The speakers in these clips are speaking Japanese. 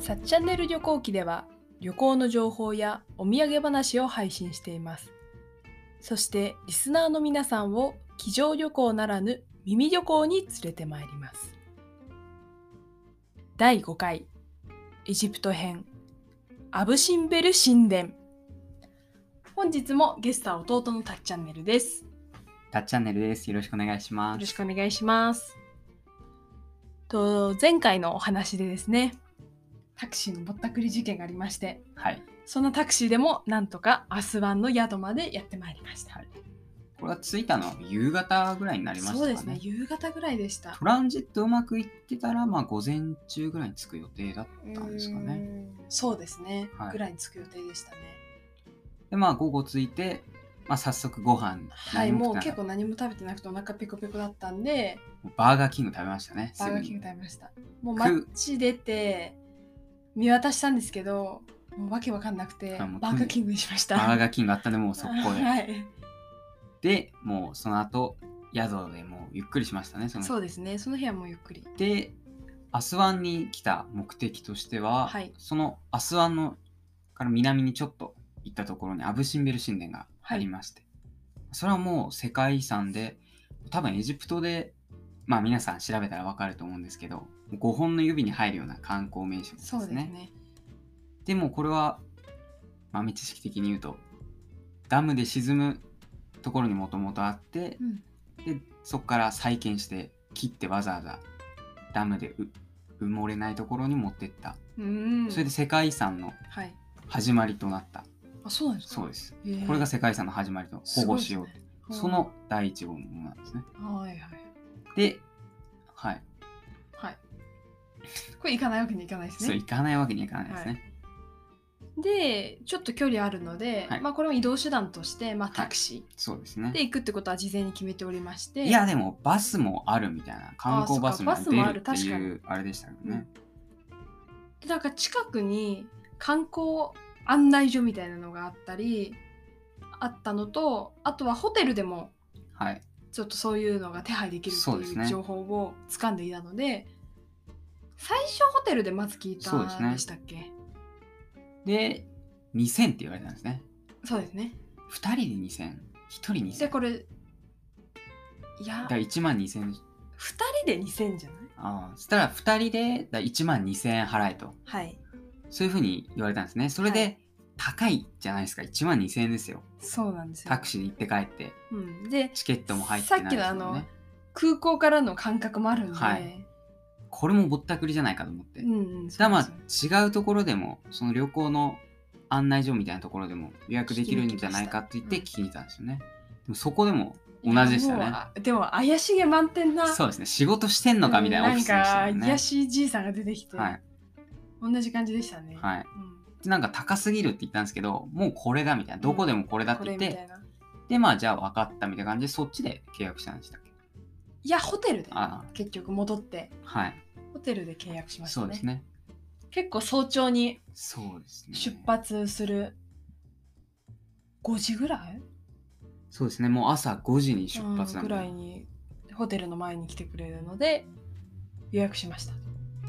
さっチャンネル旅行記では旅行の情報やお土産話を配信しています。そしてリスナーの皆さんを机上旅行ならぬ耳旅行に連れてまいります。第5回エジプト編アブシンベル神殿。本日もゲストは弟のたっチャンネルです。 たっチャンネルです。よろしくお願いします。 よろしくお願いします。前回のお話でですね、タクシーのぼったくり事件がありまして、 はい。 そのタクシーでもなんとかアスワンの宿までやってまいりました。 はい、これは着いたのは夕方ぐらいになりましたかね。 そうですね、夕方ぐらいでした。 トランジットうまくいってたら、午前中ぐらいに着く予定だったんですかね。 そうですね、 はい、 ぐらいに着く予定でしたね。 で、午後着いて、早速ご飯。 はい、もう結構何も食べてなくてお腹ペコペコだったんで、 バーガーキング食べましたね。 バーガーキング食べました。もう街出て見渡したんですけど、もうわけわかんなくてバーガーキングにしました。 バーガーキングあったんで、もう速攻で。 はい、 で、もうその後宿でもうゆっくりしましたね。 そうですね、その日はもうゆっくりで、アスワンに来た目的としては、 はい、 そのアスワンのから南にちょっと行ったところにアブシンベル神殿がありまして、はい、それはもう世界遺産で、多分エジプトで皆さん調べたら分かると思うんですけど、5本の指に入るような観光名所ですね。 そうですね。 でもこれは豆知識的に言うとダムで沈むところにもともとあって、でそこから再建して切ってわざわざダムで埋もれないところに持ってった。それで世界遺産の始まりとなった。 あ、そうなんですか。 そうです。これが世界遺産の始まりと保護しようと、ね、その第一号のものなんですね。 はいはい。 で、はいこれ行かないわけにいかないですね。 そう、行かないわけにいかないですね。はい、 で、ちょっと距離あるので、これも移動手段として、タクシー、 そうですね。 で行くってことは事前に決めておりまして。 いや、でもバスもあるみたいな、観光バスも出るっていうあれでしたよね。 で、なんか近くに観光案内所みたいなのがあったのと、あとはホテルでもちょっとそういうのが手配できるっていう情報を掴んでいたので、最初ホテルでまず聞いたんでしたっけ。 で、2000って言われたんですね。 そうですね。 2人で2000、1人2000。 で、これ、いや、 1万2000。 2人で2000じゃない？ そしたら2人で1万2000円払えと。 はい。 そういうふうに言われたんですね。それで、高いじゃないですか。1万2000円ですよ。 そうなんですよ。 タクシーで行って帰って。 で、 チケットも入ってないですよね。 さっきの空港からの感覚もあるんで、 これもぼったくりじゃないかと思って。違うところでも、その旅行の案内所みたいなところでも予約できるんじゃないかって言って聞きに行ったんですよね。でもそこでも同じでしたね。 でも怪しげ満点な。 そうですね。仕事してんのかみたいなオフィスでしたよね。 なんか怪しいじいさんが出てきて、同じ感じでしたね。なんか高すぎるって言ったんですけど、もうこれだみたいな、どこでもこれだって言って、でじゃあ分かったみたいな感じでそっちで契約したんでしたっけ。 いや、ホテルで結局戻って、ホテルで契約しましたね。 そうですね。 結構早朝に出発する5時ぐらい？ そうですね。もう朝5時に出発ぐらいにホテルの前に来てくれるので予約しました。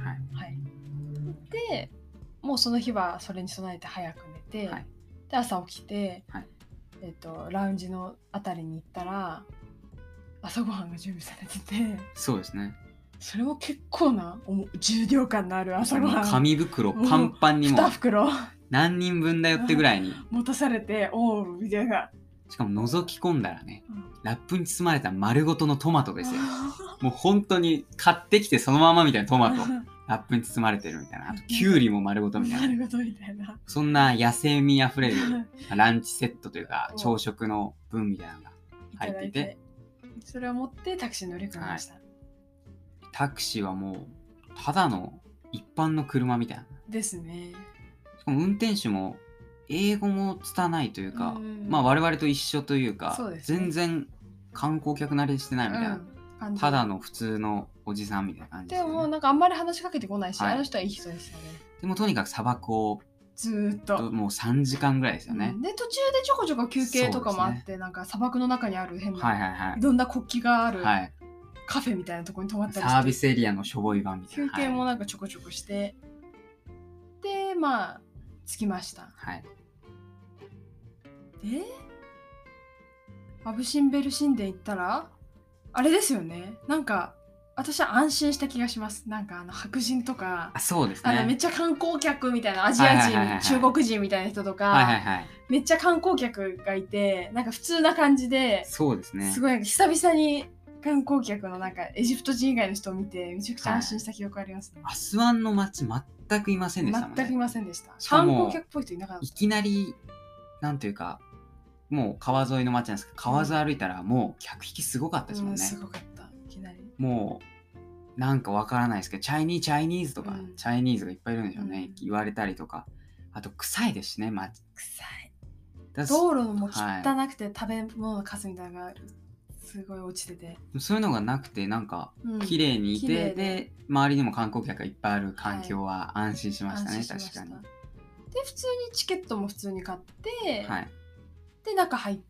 で、もうその日はそれに備えて早く寝て、で朝起きて、ラウンジのあたりに行ったら朝ごはんが準備されてて。 そうですね。 それも結構な重量感のある朝ごはん。 紙袋パンパンにも 2袋何人分だよってぐらいに持たされて、おーみたいな。 しかも覗き込んだらね、ラップに包まれた丸ごとのトマトですよ。もう本当に買ってきてそのままみたいなトマトラップに包まれてるみたいな。あとキュウリも丸ごとみたいな。 丸ごとみたいな。 そんな野生味あふれるランチセットというか朝食の分みたいなのが入っていて、 それを持ってタクシーに乗り込みました。 タクシーはもうただの一般の車みたいな。 ですね。 しかも運転手も英語も拙いというか、我々と一緒というか、全然観光客慣れしてないみたいな、ただの普通のおじさんみたいな感じでもなんかあんまり話しかけてこないし、あの人はいい人ですよね。 でもとにかく砂漠をずっともう3時間ぐらいですよね。 で途中でちょこちょこ休憩とかもあって、なんか砂漠の中にある変ないろんな国旗があるカフェみたいなところに泊まったりして、 サービスエリアのしょぼい版みたいな。 休憩もなんかちょこちょこして、 まあ着きました。 はい。 でアブ・シンベル神殿行ったらあれですよね。なんか私は安心した気がします。なんか白人とか、 そうですね。 めっちゃ観光客みたいなアジア人、中国人みたいな人とか、めっちゃ観光客がいて、なんか普通な感じで、 そうですね。 すごい久々に観光客のなんかエジプト人以外の人を見てめちゃくちゃ安心した記憶ありますね。 アスワンの街全くいませんでしたもんね。 全くいませんでした。観光客っぽい人いなかった。 いきなりなんというか。もう川沿いの街なんですけど、川沿い歩いたらもう客引きすごかったですもんね。 すごかった。いきなり。 もうなんかわからないですけど、チャイニーズとか、チャイニーズがいっぱいいるんでしょうね。言われたりとか、あと臭いですしね、街。 臭い。道路も汚くて食べ物のカスみたいなのがすごい落ちてて。 そういうのがなくてなんか綺麗にいて、で周りにも観光客がいっぱいある環境は安心しましたね、確かに。 で普通にチケットも普通に買って。で中入って、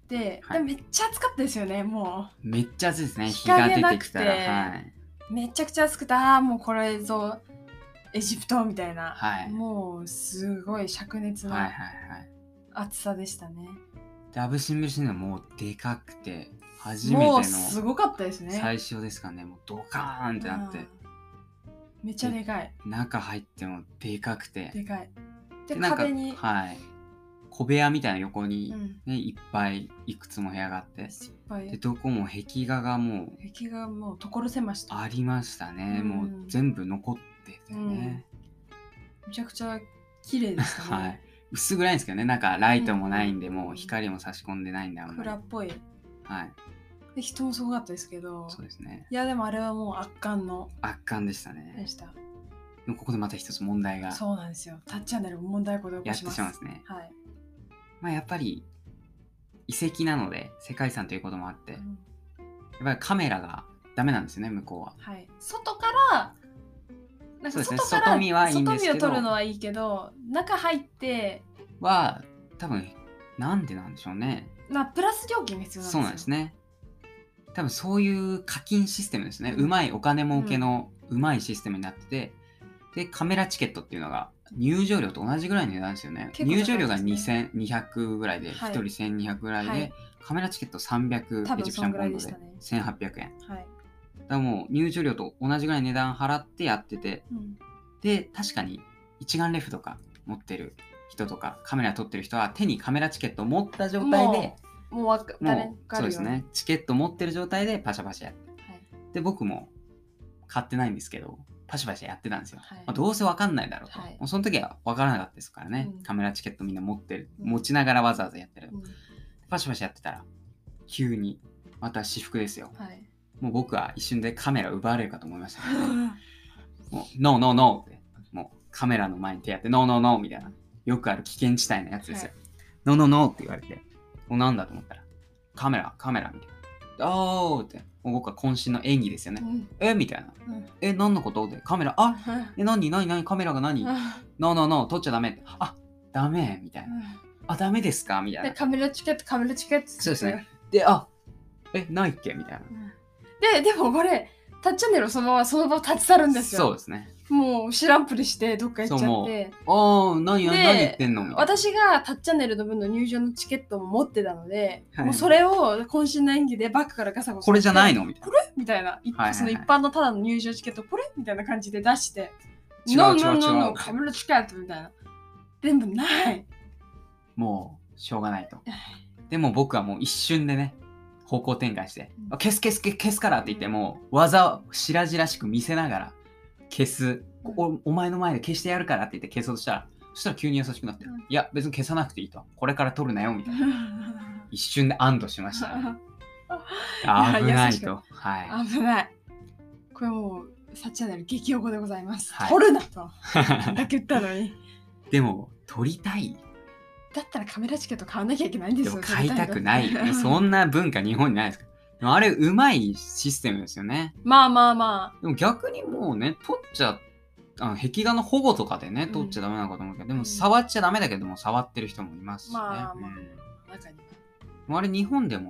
でめっちゃ暑かったですよね。もうめっちゃ暑いですね。日が出てきたら、 めちゃくちゃ暑くて、もうこれぞエジプトみたいな、もうすごい灼熱な暑さでしたね。 でアブ・シンベル神殿もうでかくて初めてのもうすごかったですね。 最初ですかね。もうドカーンってなって、 めっちゃでかい。 中入ってもでかくて、 でかい。で壁に小部屋みたいな横に、ねいっぱいいくつも部屋があって、でどこも壁画がもう所狭しとありましたね。もう全部残っててね、 めちゃくちゃ綺麗でしたね。 薄暗いんですけどね。なんかライトもないんで、もう光も差し込んでないんだ。 暗っぽい。で人もすごかったですけど。 そうですね。 いやでもあれはもう圧巻でしたね。 でした。 でもここでまた一つ問題が。 そうなんですよ。タッチチャンネルも問題を起こします。 やってしまうんですね。まあやっぱり遺跡なので世界遺産ということもあって、やっぱりカメラがダメなんですよね、向こうは。 外からなんか外見はいいんですけど、外見を撮るのはいいけど、中入っては多分なんでなんでしょうね。 プラス料金が必要なんですよ。 そうなんですね。多分そういう課金システムですね。うまいお金儲けのうまいシステムになってて、でカメラチケットっていうのが入場料と同じぐらいの値段ですよね。入場料が2200ぐらいで、1人1200ぐらいで、カメラチケット300エジプシャンポンドで1800円。だからもう入場料と同じぐらい値段払ってやってて、で確かに一眼レフとか持ってる人とかカメラ撮ってる人は手にカメラチケットを持った状態でそうですね、チケット持ってる状態でパシャパシャやって、で僕も買ってないんですけどパシャパシャやってたんですよ。どうせ分かんないだろうと、もうその時は分からなかったですからね、カメラチケットみんな持ちながらわざわざやってる、パシャパシャやってたら急にまた私服ですよ、もう僕は一瞬でカメラ奪われるかと思いましたねもうノーノーノーって、もうカメラの前に手やってノーノーノーみたいな、よくある危険地帯のやつですよ、ノーノーノーって言われて、もうなんだと思ったらカメラみたいな、おーって、もう僕は渾身の演技ですよね、みたいな、何のことでカメラ、何カメラが何、ノーノーノー撮っちゃダメって、ダメみたいな、ダメですかみたいな、 カメラチケットそうですね。でないっけみたいな、でもこれタッチチャンネルをその場を立ち去るんですよ。 そうですね。 もう知らんぷりしてどっか行っちゃって、 何言ってんのみたいな。 私がタッチチャンネルの分の入場のチケットも持ってたので、もうそれを渾身の演技でバッグからガサゴサこれじゃないのみたいな、 これみたいな、その一般のただの入場チケットこれみたいな感じで出して、 違うカメラチケットみたいな、全部ない、 もうしょうがないと。でも僕はもう一瞬でね方向転換して、消すからって言っても、技を白々しく見せながら消す、お前の前で消してやるからって言って消そうとしたら、そしたら急に優しくなって、いや別に消さなくていいと、これから撮るなよみたいな一瞬で安堵しましたね危ないと、 危ない。これもうサッチャンネル激おこでございます、撮るなとだけ言ったのにでも撮りたい、 だったらカメラチケット買わなきゃいけないんですよ。 でも買いたくないそんな文化日本にないですから。あれうまいシステムですよね。 まあでも逆にもうね、撮っちゃ壁画の保護とかでね撮っちゃダメなのかと思うけど、でも触っちゃダメだけども触ってる人もいますしね。中にはあれ日本でも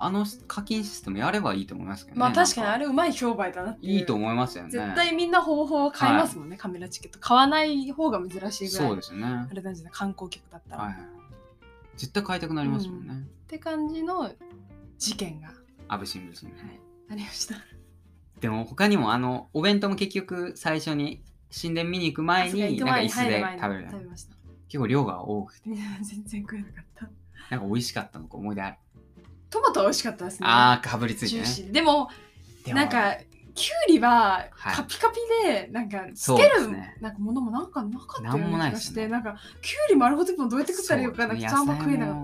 あの課金システムやればいいと思いますけどね。 まあ確かになんあれうまい商売だなっていう。 いいと思いますよね。 絶対みんなほぼほぼ買いますもんね、カメラチケット。買わない方が珍しいぐらい。 そうですね。 あれなんじゃない観光客だったら。 はい。絶対買いたくなりますもんね。 って感じの事件が安倍晋三はい、ありました。 でも他にもお弁当も結局最初に神殿見に行く前になんか椅子で食べる。 食べました。 結構量が多くて。 全然食えなかった。 なんか美味しかったのか思い出ある。 トマトは美味しかったですね。 ああ、かぶりついてね。 でもなんかキュウリはカピカピで、なんかつける、なんかものもなんかなかったような気がして、なんかキュウリ丸ごとどうやって食ったらいいのかな、普通あんま食えなかった。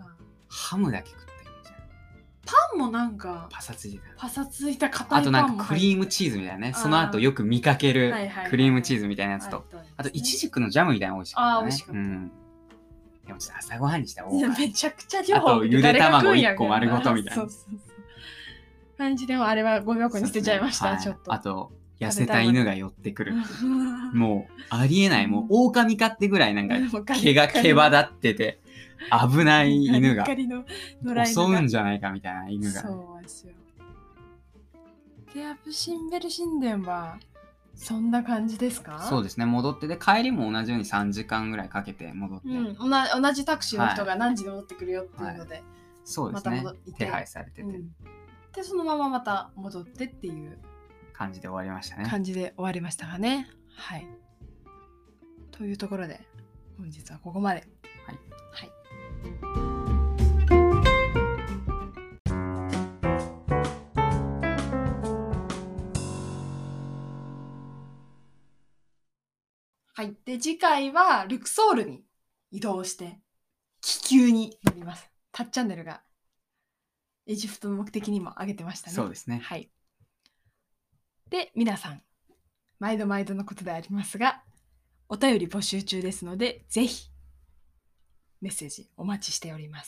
ハムだけ食ったよじゃん。 パンもなんかパサついた。 パサついた硬いパンも。 あとなんかクリームチーズみたいなね。その後よく見かけるクリームチーズみたいなやつと、あとイチジクのジャムみたいなの美味しかったね。 美味しかった。 でもちょっと朝ごはんにした方が。 めちゃくちゃ量。 あとゆで卵1個丸ごとみたいな。そうそうそう。 感じでもあれはゴミ箱に捨てちゃいました、ちょっと。 あと痩せた犬が寄ってくる。もうありえない。もう狼かってぐらいなんか毛が毛羽立ってて危ない犬が襲うんじゃないかみたいな犬が。 そうですよ。で、アブシンベル神殿はそんな感じですか？ そうですね。戻ってで帰りも同じように3時間ぐらいかけて戻って、 同じタクシーの人が何時に戻ってくるよっていうので、 そうですね。手配されてて、 でそのまままた戻ってっていう感じで終わりましたね。 感じで終わりましたがね。はい。というところで本日はここまで。はい。はい。はい。で次回はルクソールに移動して気球に乗ります。タッチャンネルがエジプトの目的にも挙げてましたね。 そうですね。 はい。で、皆さん、毎度毎度のことでありますが、お便り募集中ですので、ぜひ、メッセージお待ちしております。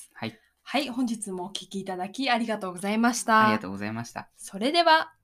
はい。 はい、本日もお聞きいただきありがとうございました。 ありがとうございました。 それでは。